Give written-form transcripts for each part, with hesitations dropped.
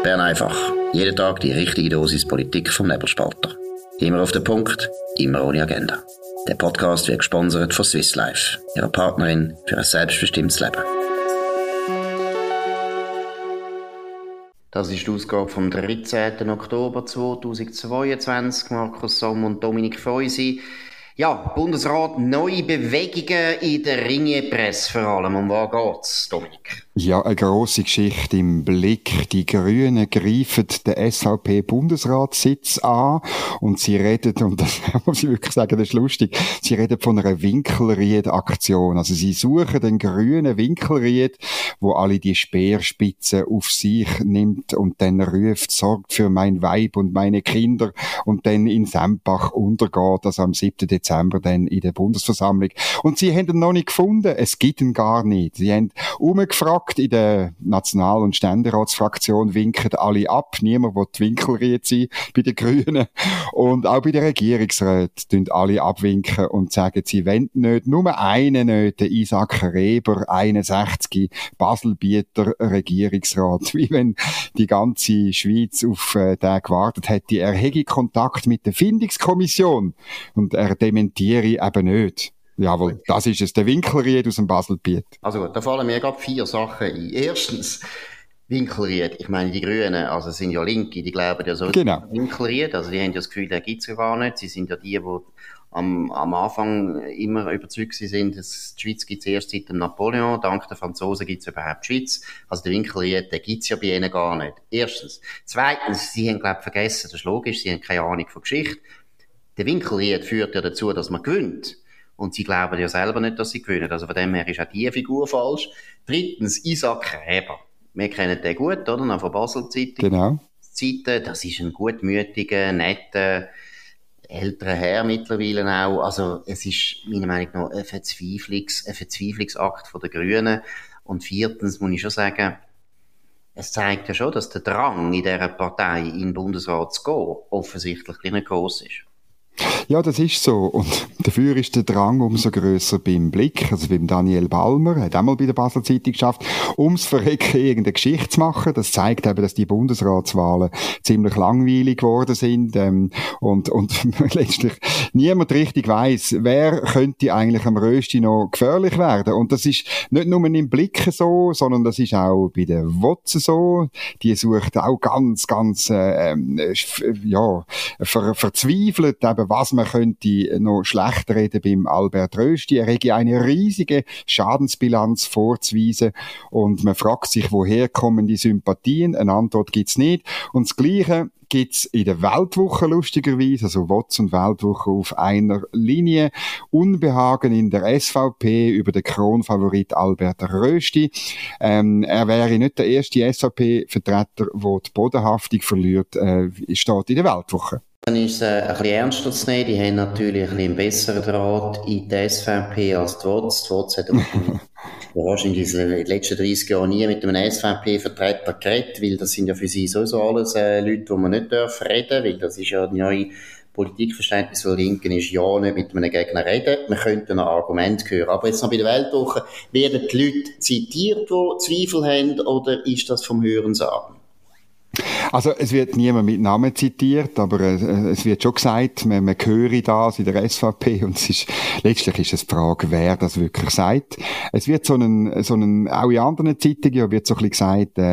Bern einfach. Jeden Tag die richtige Dosis Politik vom Nebelspalter. Immer auf den Punkt, immer ohne Agenda. Der Podcast wird gesponsert von Swiss Life, ihrer Partnerin für ein selbstbestimmtes Leben. Das ist die Ausgabe vom 13. Oktober 2022. Markus Somm und Dominik Feusi. Ja, Bundesrat, neue Bewegungen in der Ringier-Presse vor allem. Um was geht's, Dominik? Ja, eine grosse Geschichte im Blick. Die Grünen greifen den SVP-Bundesratssitz an und sie reden, und das muss ich wirklich sagen, das ist lustig, sie reden von einer Winkelried-Aktion. Also sie suchen den grünen Winkelried, wo alle die Speerspitzen auf sich nimmt und dann ruft, sorgt für mein Weib und meine Kinder und dann in Sempach untergeht, also am 7. Dezember dann in der Bundesversammlung. Und sie haben ihn noch nicht gefunden. Es gibt ihn gar nicht. Sie haben umgefragt in der National- und Ständeratsfraktion, winken alle ab. Niemand will die Winkelried sein bei den Grünen. Und auch bei den Regierungsräten tun alle abwinken und sagen, sie wollen nicht, nur einen nicht, den Isaac Reber, 61, Baselbieter Regierungsrat. Wie wenn die ganze Schweiz auf den gewartet hätte. Er hätte Kontakt mit der Findungskommission. Und er dementiere eben nicht. Jawohl, das ist es, der Winkelried aus dem Baselbiet. Also gut, da fallen mir gerade 4 Sachen ein. Erstens, Winkelried. Ich meine, die Grünen, also sind ja Linke, die glauben ja so. Genau. Winkelried, also die haben ja das Gefühl, der gibt's ja gar nicht. Sie sind ja die am Anfang immer überzeugt sind, dass die Schweiz gibt's erst seit dem Napoleon. Dank der Franzosen gibt's überhaupt die Schweiz. Also der Winkelried, der gibt's ja bei ihnen gar nicht. Erstens. Zweitens, sie haben, glaube ich, vergessen, das ist logisch, sie haben keine Ahnung von Geschichte. Der Winkelried führt ja dazu, dass man gewinnt. Und sie glauben ja selber nicht, dass sie gewinnen. Also von dem her ist auch die Figur falsch. Drittens, Isaac Reber. Wir kennen den gut, oder? Noch von Basel-Zeitung. Genau. Zeiten. Das ist ein gutmütiger, netter, älterer Herr mittlerweile auch. Also es ist meiner Meinung nach ein Verzweiflungsakt von den Grünen. Und viertens muss ich schon sagen, es zeigt ja schon, dass der Drang in dieser Partei in den Bundesrat zu gehen offensichtlich nicht gross ist. Ja, das ist so. Und dafür ist der Drang umso grösser beim Blick, also beim Daniel Balmer, hat auch mal bei der Basler Zeitung geschafft, ums Verrecken irgendeine Geschichte zu machen. Das zeigt eben, dass die Bundesratswahlen ziemlich langweilig geworden sind, und letztlich niemand richtig weiss, wer könnte eigentlich am Rösti noch gefährlich werden. Und das ist nicht nur im Blick so, sondern das ist auch bei der WOTS so. Die sucht auch ganz, verzweifelt eben, was man könnte noch schlecht reden beim Albert Rösti. Er hätte eine riesige Schadensbilanz vorzuweisen und man fragt sich, woher kommen die Sympathien? Eine Antwort gibt's nicht. Und das Gleiche gibt's in der Weltwoche lustigerweise, also WOTS und Weltwoche auf einer Linie. Unbehagen in der SVP über den Kronfavorit Albert Rösti. Er wäre nicht der erste SVP-Vertreter, der die Bodenhaftung verliert, steht in der Weltwoche. Dann ist es ein bisschen ernster zu nehmen. Die haben natürlich ein bisschen einen besseren Draht in die SVP als die WOTS. Die WOTS hat wahrscheinlich in den letzten 30 Jahren nie mit einem SVP-Vertreter geredet, weil das sind ja für sie sowieso alles Leute, die man nicht reden darf, weil das ist ja die neue Politikverständnis von Linken ist, ja nicht mit einem Gegner reden. Man könnte noch Argumente hören. Aber jetzt noch bei der Weltwoche, werden die Leute zitiert, die Zweifel haben, oder ist das vom Hörensagen? Also es wird niemand mit Namen zitiert, aber es wird schon gesagt, man höre das in der SVP und letztlich ist es die Frage, wer das wirklich sagt. Es wird auch in anderen Zeitungen wird so ein bisschen gesagt,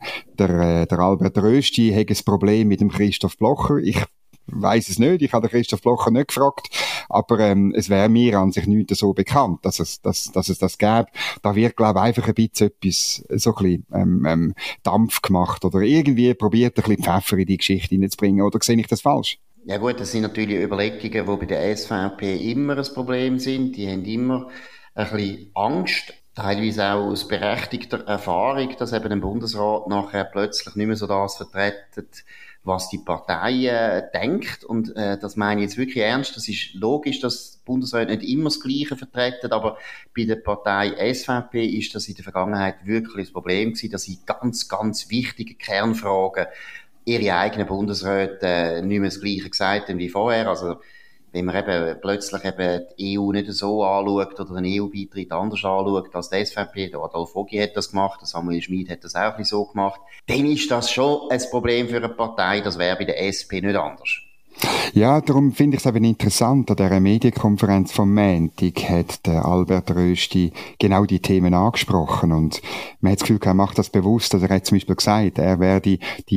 der Albert Rösti hätte ein Problem mit dem Christoph Blocher. Ich weiss es nicht, ich habe den Christoph Blocher nicht gefragt, aber es wäre mir an sich nicht so bekannt, dass es das gäbe. Da wird, glaube ich, einfach ein bisschen etwas, so ein bisschen Dampf gemacht oder irgendwie probiert, ein bisschen Pfeffer in die Geschichte hineinzubringen, oder sehe ich das falsch? Ja gut, das sind natürlich Überlegungen, die bei der SVP immer ein Problem sind. Die haben immer ein bisschen Angst, teilweise auch aus berechtigter Erfahrung, dass eben ein Bundesrat nachher plötzlich nicht mehr so das vertritt, was die Partei denkt. Und das meine ich jetzt wirklich ernst. Das ist logisch, dass Bundesräte nicht immer das Gleiche vertreten, aber bei der Partei SVP ist das in der Vergangenheit wirklich das Problem gewesen, dass in ganz, ganz wichtigen Kernfragen ihre eigenen Bundesräte nicht mehr das Gleiche gesagt haben wie vorher. Also wenn man eben plötzlich eben die EU nicht so anschaut oder den EU-Beitritt anders anschaut als die SVP, der Adolf Ogi hat das gemacht, der Samuel Schmid hat das auch ein bisschen so gemacht, dann ist das schon ein Problem für eine Partei, das wäre bei der SP nicht anders. Ja, darum finde ich es eben interessant. An dieser Medienkonferenz vom Montag hat der Albert Rösti genau die Themen angesprochen. Und man hat das Gefühl, er macht das bewusst. Also er hat zum Beispiel gesagt, er werde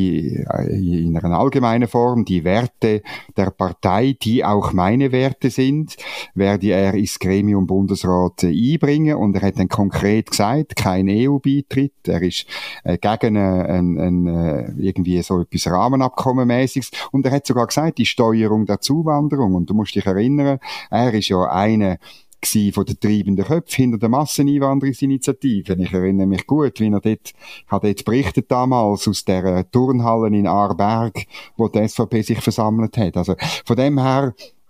in einer allgemeinen Form die Werte der Partei, die auch meine Werte sind, werde er ins Gremium Bundesrat einbringen. Und er hat dann konkret gesagt, kein EU-Beitritt. Er ist gegen irgendwie so etwas Rahmenabkommenmäßiges. Und er hat sogar gesagt, die Steuerung der Zuwanderung. Und du musst dich erinnern, er ist ja einer von den treibenden Köpfen hinter der Masseneinwanderungsinitiative. Ich erinnere mich gut, wie er dort berichtet damals aus der Turnhalle in Aarberg, wo die SVP sich versammelt hat. Also von dem her,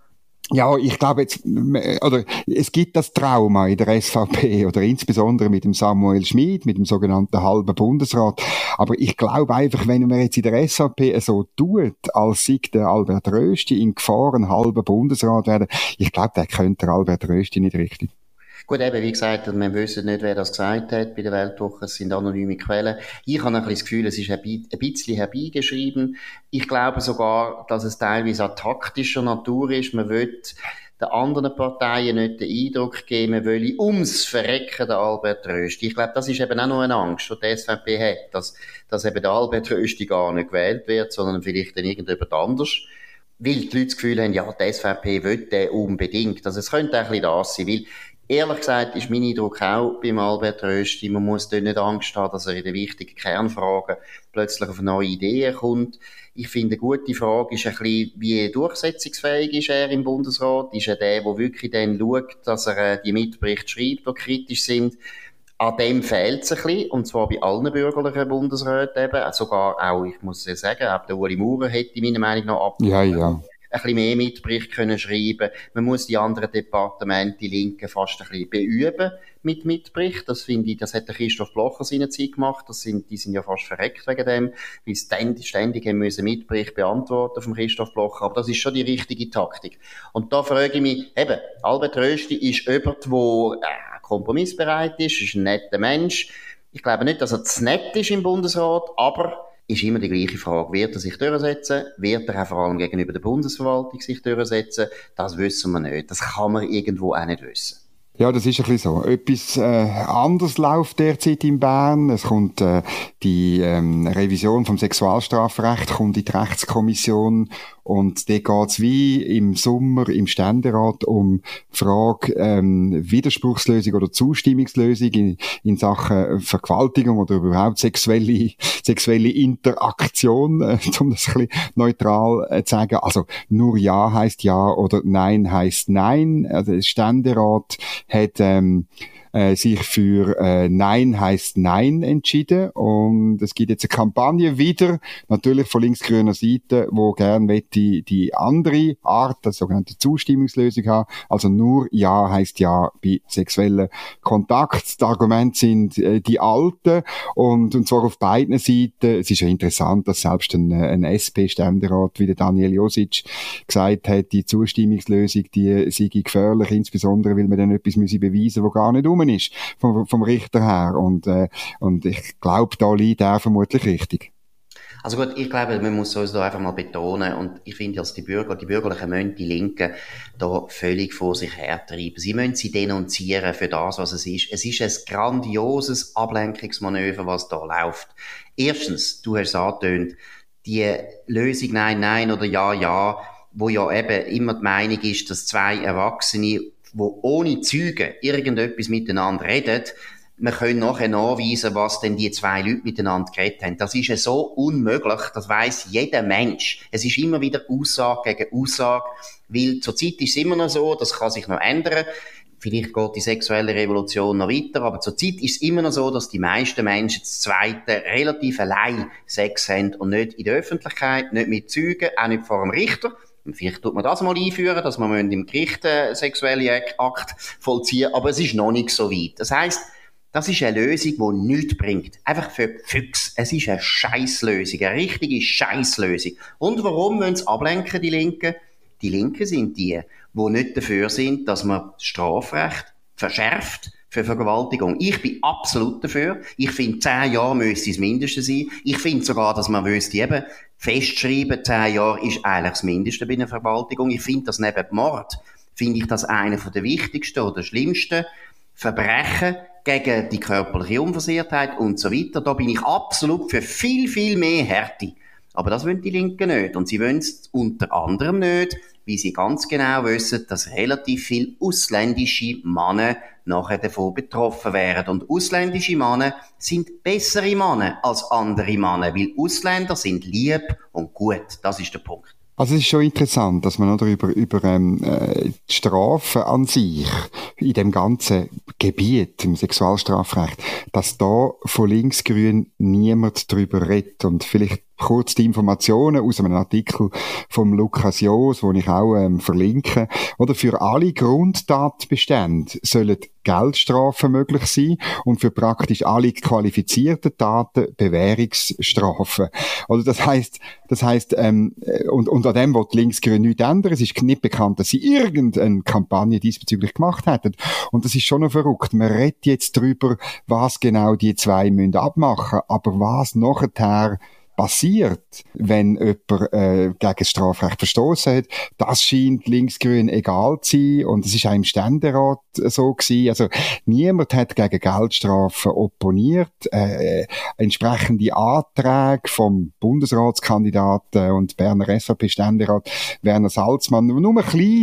ja, ich glaube jetzt, oder es gibt das Trauma in der SVP oder insbesondere mit dem Samuel Schmid, mit dem sogenannten halben Bundesrat. Aber ich glaube einfach, wenn man jetzt in der SVP so tut, als sei der Albert Rösti in Gefahr ein halber Bundesrat werden, ich glaube, der könnte der Albert Rösti nicht richtig. Gut, eben, wie gesagt, wir wissen nicht, wer das gesagt hat bei der Weltwoche. Es sind anonyme Quellen. Ich habe ein bisschen das Gefühl, es ist ein bisschen herbeigeschrieben. Ich glaube sogar, dass es teilweise auch taktischer Natur ist. Man will den anderen Parteien nicht den Eindruck geben, man will ums Verrecken den Albert Rösti. Ich glaube, das ist eben auch noch eine Angst, die die SVP hat, dass eben der Albert Rösti gar nicht gewählt wird, sondern vielleicht dann irgendjemand anders. Weil die Leute das Gefühl haben, ja, die SVP will den unbedingt. Also es könnte auch ein bisschen das sein, weil ehrlich gesagt ist mein Eindruck auch beim Albert Rösti, man muss dort nicht Angst haben, dass er in den wichtigen Kernfragen plötzlich auf neue Ideen kommt. Ich finde, eine gute Frage ist ein bisschen, wie durchsetzungsfähig ist er im Bundesrat? Ist er der wirklich dann schaut, dass er die Mitberichte schreibt, die kritisch sind? An dem fehlt es ein bisschen, und zwar bei allen bürgerlichen Bundesräten eben, sogar auch, ich muss ja sagen, auch der Ueli Maurer hätte meiner Meinung nach Ja. ein bisschen mehr Mitbericht können schreiben. Man muss die anderen Departemente, die Linken, fast ein bisschen beüben mit Mitbericht. Das finde ich, das hat der Christoph Blocher seinerzeit gemacht. Die sind ja fast verreckt wegen dem, weil sie ständig haben müssen Mitbericht beantworten vom Christoph Blocher. Aber das ist schon die richtige Taktik. Und da frage ich mich, eben, Albert Rösti ist jemand, der kompromissbereit ist ein netter Mensch. Ich glaube nicht, dass er zu nett ist im Bundesrat, aber ist immer die gleiche Frage. Wird er sich durchsetzen? Wird er auch vor allem gegenüber der Bundesverwaltung sich durchsetzen? Das wissen wir nicht. Das kann man irgendwo auch nicht wissen. Ja, das ist ein bisschen so. Etwas anders läuft derzeit in Bern. Es kommt die Revision vom Sexualstrafrecht kommt in die Rechtskommission und da geht's wie im Sommer im Ständerat um die Frage Widerspruchslösung oder Zustimmungslösung in Sachen Vergewaltigung oder überhaupt sexuelle Interaktion, um das ein bisschen neutral zu sagen. Also nur Ja heisst Ja oder Nein heisst Nein. Also der Ständerat hat sich für Nein heisst Nein entschieden und es gibt jetzt eine Kampagne wieder, natürlich von linksgrüner Seite, wo gern die andere Art, das sogenannte Zustimmungslösung haben, also nur Ja heisst Ja bei sexuellen Kontakt. Die Argumente sind die alten und zwar auf beiden Seiten. Es ist ja interessant, dass selbst ein SP-Ständerat wie der Daniel Josic gesagt hat, die Zustimmungslösung, die sei gefährlich, insbesondere weil man dann etwas beweisen müsse, wo gar nicht rum ist, vom Richter her. Und ich glaube, da liegt er vermutlich richtig. Also gut, ich glaube, man muss uns da einfach mal betonen, und ich finde, dass die Bürgerlichen müssen die Linken da völlig vor sich hertreiben. Sie müssen sie denunzieren für das, was es ist. Es ist ein grandioses Ablenkungsmanöver, was da läuft. Erstens, du hast es angetönt, die Lösung Nein, Nein oder Ja, Ja, wo ja eben immer die Meinung ist, dass zwei Erwachsene, wo ohne Zeugen irgendetwas miteinander reden, wir können nachher nachweisen, was denn die zwei Leute miteinander geredet haben. Das ist ja so unmöglich, das weiss jeder Mensch. Es ist immer wieder Aussage gegen Aussage, weil zurzeit ist es immer noch so, das kann sich noch ändern. Vielleicht geht die sexuelle Revolution noch weiter, aber zurzeit ist es immer noch so, dass die meisten Menschen das Zweite relativ allein Sex haben und nicht in der Öffentlichkeit, nicht mit Zeugen, auch nicht vor dem Richter. Vielleicht tut man das mal einführen, dass man im Gericht sexuelle Akt vollziehen, aber es ist noch nicht so weit. Das heisst, das ist eine Lösung, die nichts bringt. Einfach für Füchse. Es ist eine Scheisslösung, eine richtige Scheisslösung. Und warum wollen sie ablenken, die Linken? Die Linken sind die nicht dafür sind, dass man das Strafrecht verschärft für Vergewaltigung. Ich bin absolut dafür. Ich finde, 10 Jahre müsste das Mindeste sein. Ich finde sogar, dass man müsste eben festschreiben, 10 Jahre ist eigentlich das Mindeste bei einer Vergewaltigung. Ich finde, dass neben Mord, finde ich das einer der wichtigsten oder schlimmsten Verbrechen gegen die körperliche Unversehrtheit und so weiter. Da bin ich absolut für viel, viel mehr Härte. Aber das wollen die Linken nicht. Und sie wollen es unter anderem nicht, weil sie ganz genau wissen, dass relativ viele ausländische Männer nachher davon betroffen wären. Und ausländische Männer sind bessere Männer als andere Männer, weil Ausländer sind lieb und gut. Das ist der Punkt. Also es ist schon interessant, dass man noch über die Strafen an sich in dem ganzen Gebiet, im Sexualstrafrecht, dass da von Linksgrün niemand drüber redet. Und vielleicht kurz die Informationen aus einem Artikel vom Lukas Joos, den ich auch verlinke. Oder für alle Grundtatbestände sollen Geldstrafen möglich sein und für praktisch alle qualifizierten Taten Bewährungsstrafen. Also das heisst, und an dem will die Linksgrün nichts ändern. Es ist nicht bekannt, dass sie irgendeine Kampagne diesbezüglich gemacht hätten. Und das ist schon noch verrückt. Man redet jetzt darüber, was genau die zwei müssen abmachen, aber was nachher passiert, wenn jemand gegen das Strafrecht verstoßen hat, das scheint Linksgrün egal zu sein und es ist auch im Ständerat so gewesen. Also niemand hat gegen Geldstrafen opponiert. Entsprechende Anträge vom Bundesratskandidaten und Berner SVP-Ständerat Werner Salzmann, nur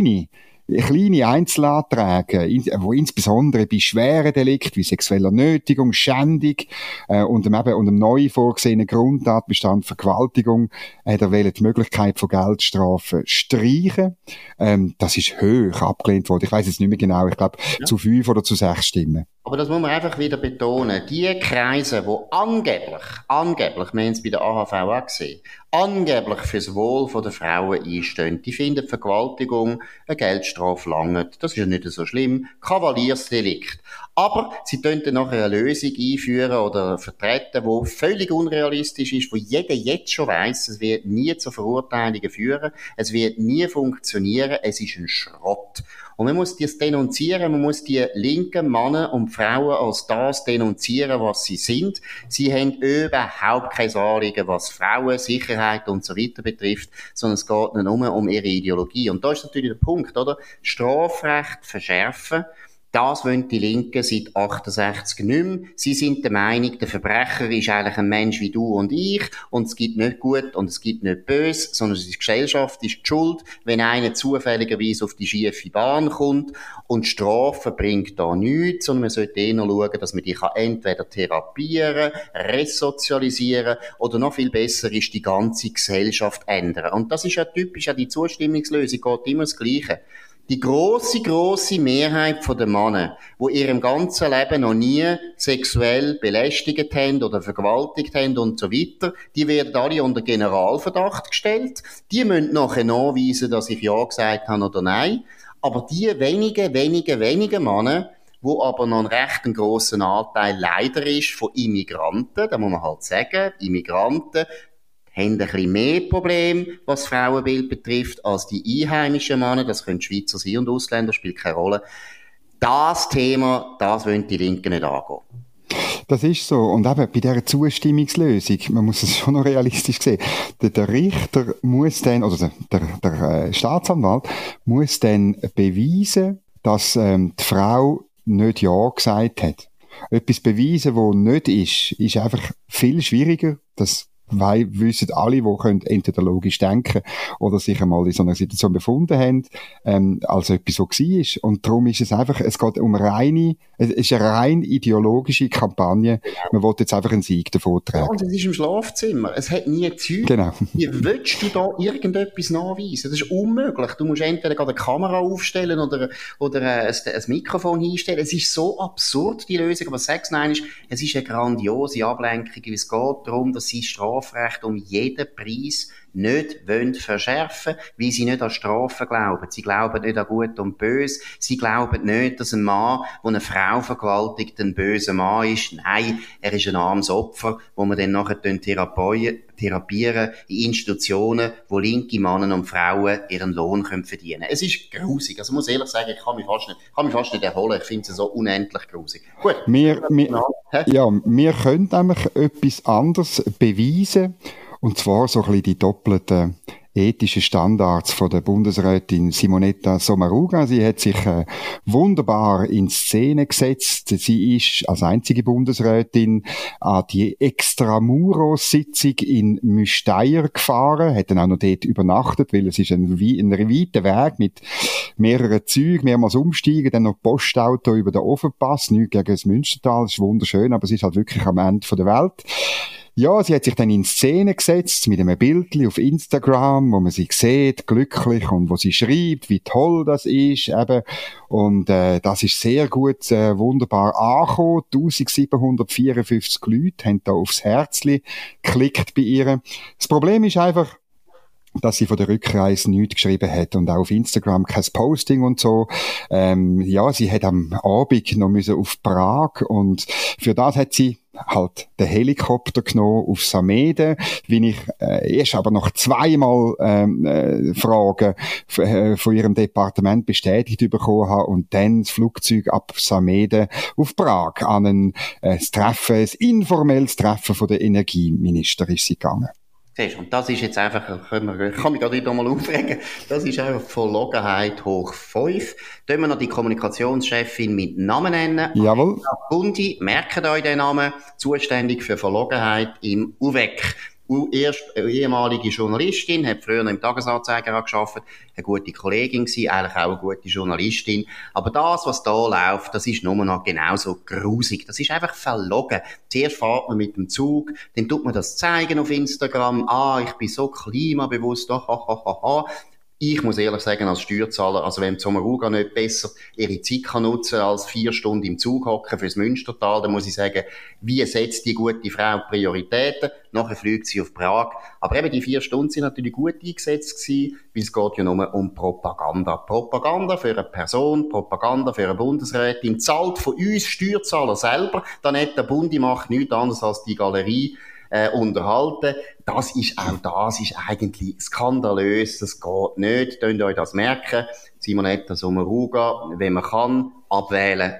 kleine Einzelanträge, wo insbesondere bei schweren Delikten wie sexueller Nötigung, Schändung und dem neu vorgesehenen Grundtatbestand Vergewaltigung hat er die Möglichkeit von Geldstrafen streichen. Das ist hoch abgelehnt worden. Ich weiss jetzt nicht mehr genau. Ich glaube, zu 5 oder zu 6 Stimmen. Aber das muss man einfach wieder betonen. Die Kreise, die angeblich, wir haben es bei der AHV auch gesehen, angeblich fürs Wohl der Frauen einstehen, die finden Vergewaltigung, eine Geldstrafe langt. Das ist ja nicht so schlimm. Kavaliersdelikt. Aber sie könnten nachher eine Lösung einführen oder vertreten, die völlig unrealistisch ist, wo jeder jetzt schon weiss, es wird nie zu Verurteilungen führen, es wird nie funktionieren, es ist ein Schrott. Und man muss das denunzieren, man muss die linken Männer und Frauen als das denunzieren, was sie sind. Sie haben überhaupt kein Anliegen, was Frauen, Sicherheit und so weiter betrifft, sondern es geht nur um ihre Ideologie. Und da ist natürlich der Punkt, oder? Strafrecht verschärfen. Das wollen die Linken seit 68 nicht mehr. Sie sind der Meinung, der Verbrecher ist eigentlich ein Mensch wie du und ich und es gibt nicht gut und es gibt nicht böse, sondern die Gesellschaft ist die Schuld, wenn einer zufälligerweise auf die schiefe Bahn kommt und Strafe bringt da nichts, sondern man sollte eher schauen, dass man die entweder therapieren, resozialisieren oder noch viel besser ist, die ganze Gesellschaft ändern. Und das ist ja typisch, die Zustimmungslösung geht immer das Gleiche. Die grosse Mehrheit der Männer, die ihrem ganzen Leben noch nie sexuell belästigt haben oder vergewaltigt haben und so weiter, die werden alle unter Generalverdacht gestellt. Die müssen nachher nachweisen, dass ich Ja gesagt habe oder nein. Aber die wenigen Männer, wo aber noch einen recht grossen Anteil leider ist von Immigranten, da muss man halt sagen, Immigranten haben ein bisschen mehr Probleme, was Frauenbild betrifft, als die einheimischen Männer. Das können Schweizer sein und Ausländer, spielt keine Rolle. Das Thema, das wollen die Linken nicht angehen. Das ist so. Und eben bei dieser Zustimmungslösung, man muss es schon noch realistisch sehen, der Richter muss dann, also der Staatsanwalt muss dann beweisen, dass die Frau nicht Ja gesagt hat. Etwas beweisen, was nicht ist einfach viel schwieriger. Das wissen alle, die können entweder logisch denken oder sich einmal in so einer Situation befunden haben, als etwas, was war. Und darum ist es einfach, es geht es ist eine rein ideologische Kampagne. Man will jetzt einfach einen Sieg davon tragen. Ja, und es ist im Schlafzimmer. Es hat nie Zeug. Genau. Wie willst du da irgendetwas nachweisen? Das ist unmöglich. Du musst entweder gerade eine Kamera aufstellen oder ein Mikrofon hinstellen. Es ist so absurd, die Lösung. Aber sag's nein, es ist eine grandiose Ablenkung. Es geht darum, dass sie Strafrecht um jeden Preis nicht verschärfen, weil sie nicht an Strafen glauben. Sie glauben nicht an Gut und Böse. Sie glauben nicht, dass ein Mann, der eine Frau vergewaltigt, ein böser Mann ist. Nein, er ist ein armes Opfer, wo man dann nachher therapieren therapieren in Institutionen, wo linke Männer und Frauen ihren Lohn verdienen können. Es ist grusig. Also, ich muss ehrlich sagen, ich kann mich fast nicht erholen. Ich finde es so unendlich grusig. Gut. Wir können nämlich etwas anderes beweisen. Und zwar so ein bisschen die doppelten ethischen Standards von der Bundesrätin Simonetta Sommaruga. Sie hat sich wunderbar in Szene gesetzt. Sie ist als einzige Bundesrätin an die Extramuros-Sitzung in Müsteier gefahren, hat dann auch noch dort übernachtet, weil es ist ein weiter Weg mit mehreren Zügen, mehrmals umsteigen, dann noch Postauto über den Ofenpass, nichts gegen das Münstertal, das ist wunderschön, aber es ist halt wirklich am Ende der Welt. Ja, sie hat sich dann in Szene gesetzt mit einem Bildchen auf Instagram, wo man sie sieht, glücklich, und wo sie schreibt, wie toll das ist, eben. Und das ist sehr gut, wunderbar angekommen. 1754 Leute haben da aufs Herzli geklickt bei ihr. Das Problem ist einfach, dass sie von der Rückreise nichts geschrieben hat und auch auf Instagram kein Posting und so. Sie hat am Abend noch müssen auf Prag, und für das hat sie halt den Helikopter genommen auf Samede, wie ich erst aber noch zweimal Fragen von ihrem Departement bestätigt bekommen habe, und dann das Flugzeug ab Samede auf Prag an ein informelles Treffen von der Energieminister ist sie gegangen. Und das ist jetzt einfach, ich kann mich gerade nicht einmal aufregen, das ist einfach Verlogenheit hoch 5. Tun wir noch die Kommunikationschefin mit Namen nennen. Jawohl. Bundi, merkt euch den Namen, zuständig für Verlogenheit im UVEC. Ehemalige Journalistin, hat früher im Tagesanzeiger gearbeitet, eine gute Kollegin gewesen, eigentlich auch eine gute Journalistin. Aber das, was da läuft, das ist nur noch genauso grusig. Das ist einfach verlogen. Zuerst fährt man mit dem Zug, dann tut man das zeigen auf Instagram. Ich bin so klimabewusst, Ich muss ehrlich sagen, als Steuerzahler, also wenn Sommaruga nicht besser ihre Zeit kann nutzen als 4 Stunden im Zug hocken fürs Münstertal, dann muss ich sagen, wie setzt die gute Frau Prioritäten? Nachher fliegt sie auf Prag. Aber eben die 4 Stunden sind natürlich gut eingesetzt gewesen, weil es geht ja nur um Propaganda. Propaganda für eine Person, Propaganda für eine Bundesrätin, zahlt von uns Steuerzahler selber. Dann hat der Bundi macht nichts anderes als die Galerie unterhalten. Das ist eigentlich skandalös. Das geht nicht. Könnt ihr euch das merken? Simonetta Sommaruga, wenn man kann, abwählen.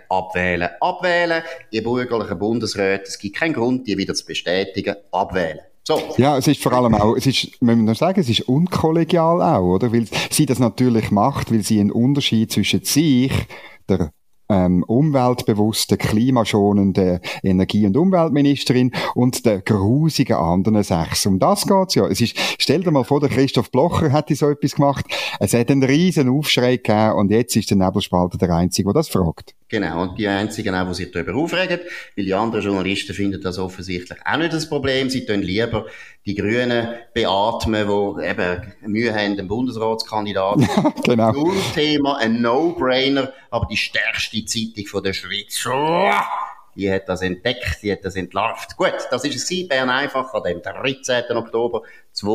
Ihr bürgerlichen Bundesräte, es gibt keinen Grund, die wieder zu bestätigen. Abwählen. So. Ja, es ist vor allem auch, es ist unkollegial auch, oder? Weil sie das natürlich macht, weil sie einen Unterschied zwischen sich, der umweltbewussten, klimaschonenden Energie- und Umweltministerin und der grusigen anderen 6. Um das geht's ja. Stell dir mal vor, der Christoph Blocher hätte so etwas gemacht. Es hat einen riesen Aufschrei gegeben, und jetzt ist der Nebelspalter der Einzige, der das fragt. Genau, und die Einzigen auch, die sich darüber aufregen, weil die anderen Journalisten finden das offensichtlich auch nicht das Problem. Sie tun lieber die Grünen beatmen, die eben Mühe haben, den Bundesratskandidaten. Genau. Null-Thema, ein No-Brainer, aber die stärkste Zeitung von der Schweiz. Die hat das entdeckt, die hat das entlarvt. Gut, das ist es Bern einfach an dem 13. Oktober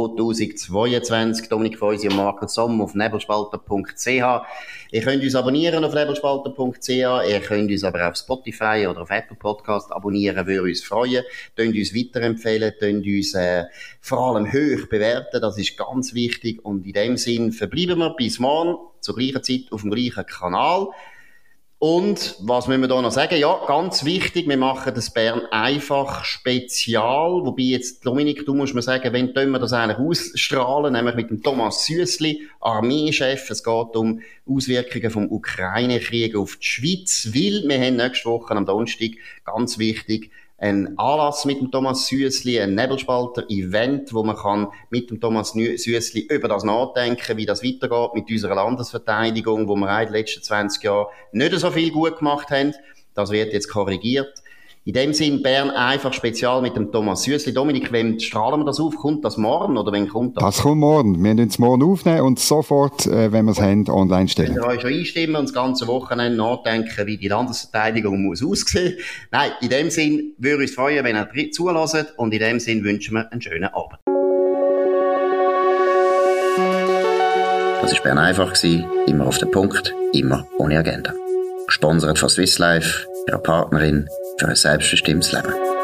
2022. Dominik Feusi und Markus Somm auf nebelspalter.ch. Ihr könnt uns abonnieren auf nebelspalter.ch. Ihr könnt uns aber auf Spotify oder auf Apple Podcast abonnieren, würde uns freuen. Könnt uns weiterempfehlen, könnt uns vor allem hoch bewerten, das ist ganz wichtig. Und in dem Sinn verbleiben wir bis morgen zur gleichen Zeit auf dem gleichen Kanal. Und, was müssen wir da noch sagen? Ja, ganz wichtig, wir machen das Bern einfach Spezial, wobei jetzt, Dominik, du musst mir sagen, wenn können wir das eigentlich ausstrahlen, nämlich mit dem Thomas Süssli, Armeechef. Es geht um Auswirkungen vom Ukraine-Krieg auf die Schweiz, weil wir haben nächste Woche am Donnerstag, ganz wichtig, ein Anlass mit dem Thomas Süssli, ein Nebelspalter-Event, wo man kann mit dem Thomas Süssli über das nachdenken, wie das weitergeht mit unserer Landesverteidigung, wo wir in den letzten 20 Jahren nicht so viel gut gemacht haben. Das wird jetzt korrigiert. In dem Sinn, Bern einfach spezial mit dem Thomas Süssli. Dominik, wann strahlen wir das auf? Kommt das morgen oder wann kommt das? Das kommt morgen. Wir werden es morgen aufnehmen und sofort, wenn wir es haben, online stellen. Könnt ihr euch schon einstimmen und das ganze Wochenende nachdenken, wie die Landesverteidigung muss aussehen? Nein, in dem Sinn würde ich uns freuen, wenn ihr zuhört, und in dem Sinn wünschen wir einen schönen Abend. Das war Bern einfach, immer auf den Punkt, immer ohne Agenda. Gesponsert von Swiss Life, ihrer Partnerin für ein selbstbestimmtes Leben.